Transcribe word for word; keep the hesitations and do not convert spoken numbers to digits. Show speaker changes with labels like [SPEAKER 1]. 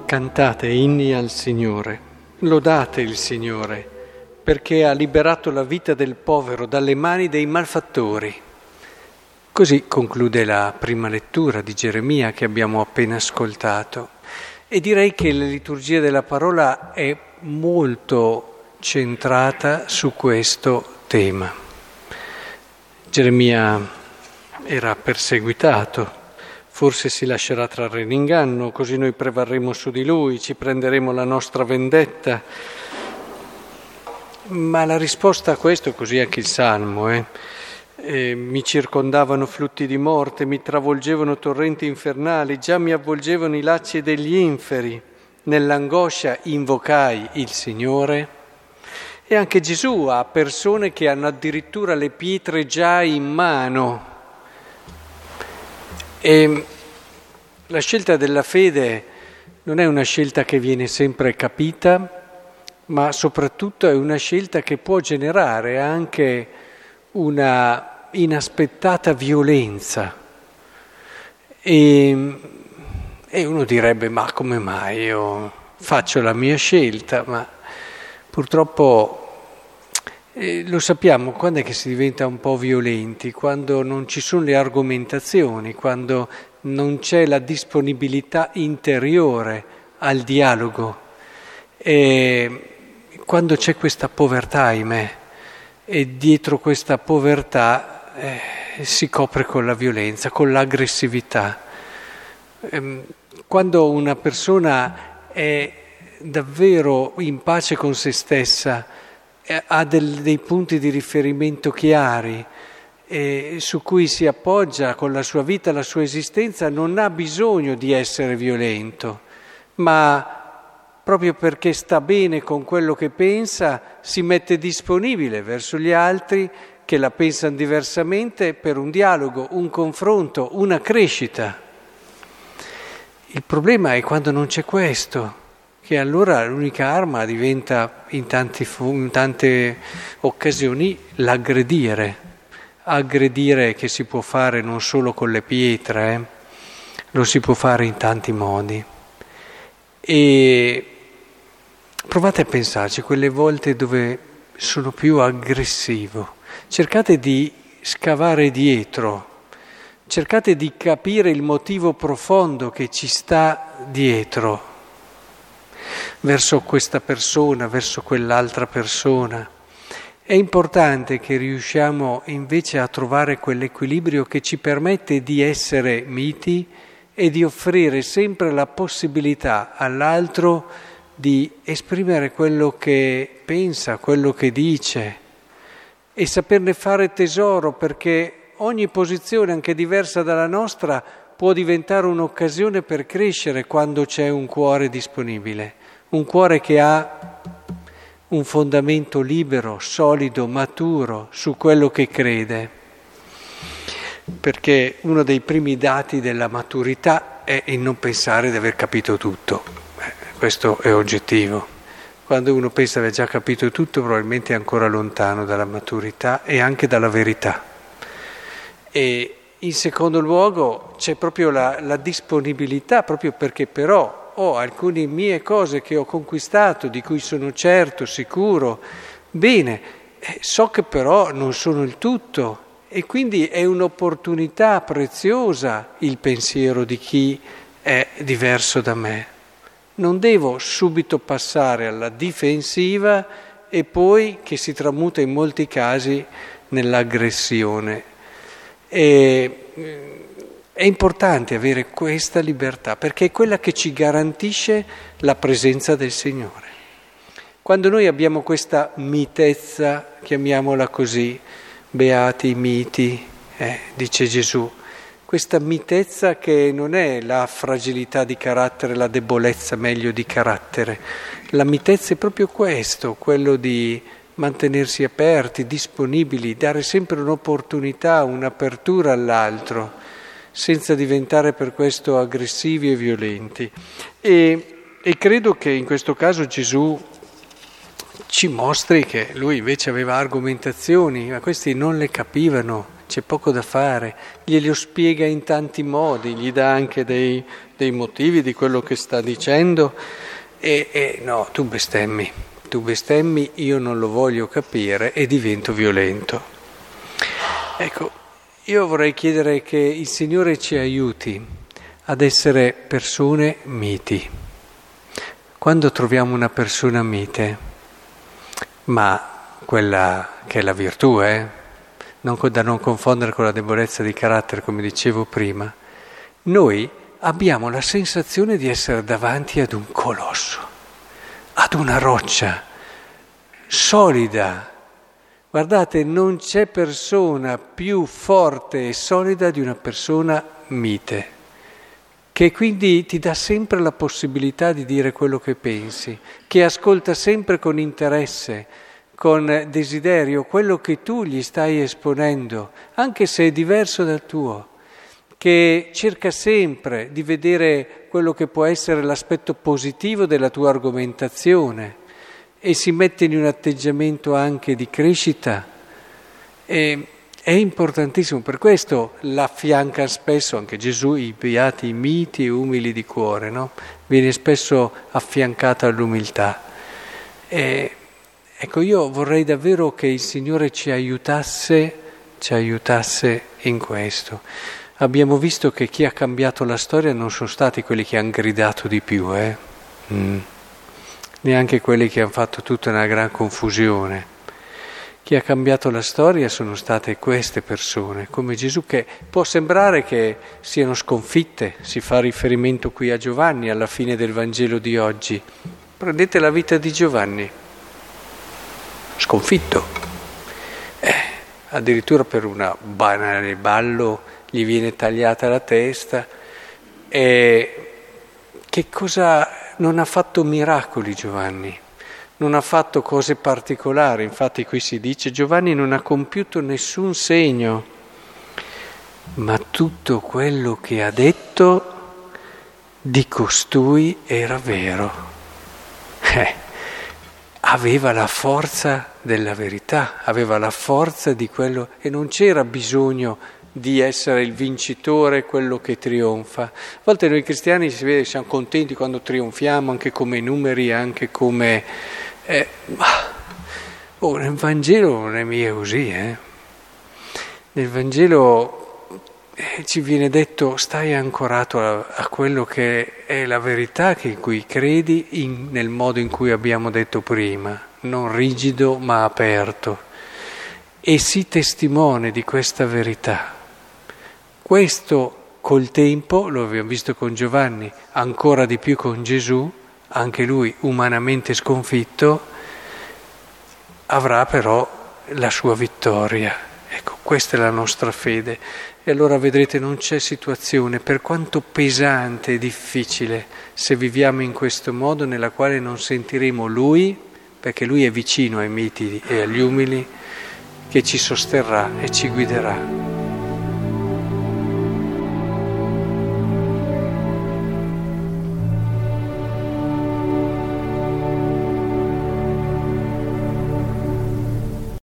[SPEAKER 1] Cantate inni al Signore, lodate il Signore, perché ha liberato la vita del povero dalle mani dei malfattori. Così conclude la prima lettura di Geremia che abbiamo appena ascoltato. E direi che la liturgia della parola è molto centrata su questo tema. Geremia era perseguitato. Forse si lascerà trarre in inganno, così noi prevarremo su di lui, ci prenderemo la nostra vendetta. Ma la risposta a questo, così anche il Salmo, eh? Eh, mi circondavano flutti di morte, mi travolgevano torrenti infernali, già mi avvolgevano i lacci degli inferi. Nell'angoscia invocai il Signore. E anche Gesù ha persone che hanno addirittura le pietre già in mano. E la scelta della fede non è una scelta che viene sempre capita, ma soprattutto è una scelta che può generare anche una inaspettata violenza. E, e uno direbbe, ma come mai io faccio la mia scelta? Ma purtroppo eh, lo sappiamo, quando è che si diventa un po' violenti? Quando non ci sono le argomentazioni, quando non c'è la disponibilità interiore al dialogo, e quando c'è questa povertà, ahimè, e dietro questa povertà eh, si copre con la violenza, con l'aggressività. Ehm, quando una persona è davvero in pace con se stessa, eh, ha del, dei punti di riferimento chiari, e su cui si appoggia con la sua vita, la sua esistenza, non ha bisogno di essere violento, ma proprio perché sta bene con quello che pensa, si mette disponibile verso gli altri che la pensano diversamente per un dialogo, un confronto, una crescita. Il problema è quando non c'è questo, che allora l'unica arma diventa in, tanti, in tante occasioni l'aggredire. Aggredire che si può fare non solo con le pietre, eh? Lo si può fare in tanti modi. E provate a pensarci, quelle volte dove sono più aggressivo, cercate di scavare dietro, cercate di capire il motivo profondo che ci sta dietro, verso questa persona, verso quell'altra persona. È importante che riusciamo invece a trovare quell'equilibrio che ci permette di essere miti e di offrire sempre la possibilità all'altro di esprimere quello che pensa, quello che dice, e saperne fare tesoro, perché ogni posizione, anche diversa dalla nostra, può diventare un'occasione per crescere quando c'è un cuore disponibile, un cuore che ha un fondamento libero, solido, maturo su quello che crede. Perché uno dei primi dati della maturità è il non pensare di aver capito tutto. Eh, questo è oggettivo. Quando uno pensa di aver già capito tutto, probabilmente è ancora lontano dalla maturità e anche dalla verità. E in secondo luogo c'è proprio la, la disponibilità, proprio perché però ho alcune mie cose che ho conquistato, di cui sono certo, sicuro, bene, eh, so che però non sono il tutto, e quindi è un'opportunità preziosa il pensiero di chi è diverso da me. Non devo subito passare alla difensiva e poi che si tramuta in molti casi nell'aggressione. E, È importante avere questa libertà, perché è quella che ci garantisce la presenza del Signore. Quando noi abbiamo questa mitezza, chiamiamola così, beati i miti, eh, dice Gesù, questa mitezza che non è la fragilità di carattere, la debolezza meglio di carattere. La mitezza è proprio questo, quello di mantenersi aperti, disponibili, dare sempre un'opportunità, un'apertura all'altro, senza diventare per questo aggressivi e violenti. E, e credo che in questo caso Gesù ci mostri che lui invece aveva argomentazioni, ma questi non le capivano, c'è poco da fare, glielo spiega in tanti modi, gli dà anche dei, dei motivi di quello che sta dicendo e, e no, tu bestemmi, tu bestemmi, io non lo voglio capire e divento violento. Ecco, io vorrei chiedere che il Signore ci aiuti ad essere persone miti. Quando troviamo una persona mite, ma quella che è la virtù, eh? non, da non confondere con la debolezza di carattere, come dicevo prima, noi abbiamo la sensazione di essere davanti ad un colosso, ad una roccia solida. Guardate, non c'è persona più forte e solida di una persona mite, che quindi ti dà sempre la possibilità di dire quello che pensi, che ascolta sempre con interesse, con desiderio quello che tu gli stai esponendo, anche se è diverso dal tuo, che cerca sempre di vedere quello che può essere l'aspetto positivo della tua argomentazione e si mette in un atteggiamento anche di crescita. E è importantissimo, per questo l'affianca spesso anche Gesù, i beati, i miti e umili di cuore, no? Viene spesso affiancata all'umiltà. E, ecco, io vorrei davvero che il Signore ci aiutasse, ci aiutasse in questo. Abbiamo visto che chi ha cambiato la storia non sono stati quelli che hanno gridato di più, eh? Mm. Neanche quelli che hanno fatto tutta una gran confusione. Chi ha cambiato la storia sono state queste persone, come Gesù, che può sembrare che siano sconfitte. Si fa riferimento qui a Giovanni alla fine del Vangelo di oggi. Prendete la vita di Giovanni, sconfitto. Eh, addirittura per un banale ballo gli viene tagliata la testa. E che cosa... Non ha fatto miracoli Giovanni. Non ha fatto cose particolari, infatti qui si dice Giovanni non ha compiuto nessun segno, ma tutto quello che ha detto di costui era vero. Eh, aveva la forza della verità, aveva la forza di quello e non c'era bisogno di essere il vincitore, quello che trionfa. A volte noi cristiani si vede, siamo contenti quando trionfiamo, anche come numeri, anche come... Eh, ma oh, nel Vangelo non è mica così, eh? Nel Vangelo eh, ci viene detto stai ancorato a, a quello che è la verità che in cui credi in, nel modo in cui abbiamo detto prima, non rigido ma aperto, e sii testimone di questa verità. Questo col tempo, lo abbiamo visto con Giovanni, ancora di più con Gesù, anche lui umanamente sconfitto, avrà però la sua vittoria. Ecco, questa è la nostra fede. E allora vedrete, non c'è situazione, per quanto pesante e difficile, se viviamo in questo modo, nella quale non sentiremo Lui, perché Lui è vicino ai miti e agli umili, che ci sosterrà e ci guiderà.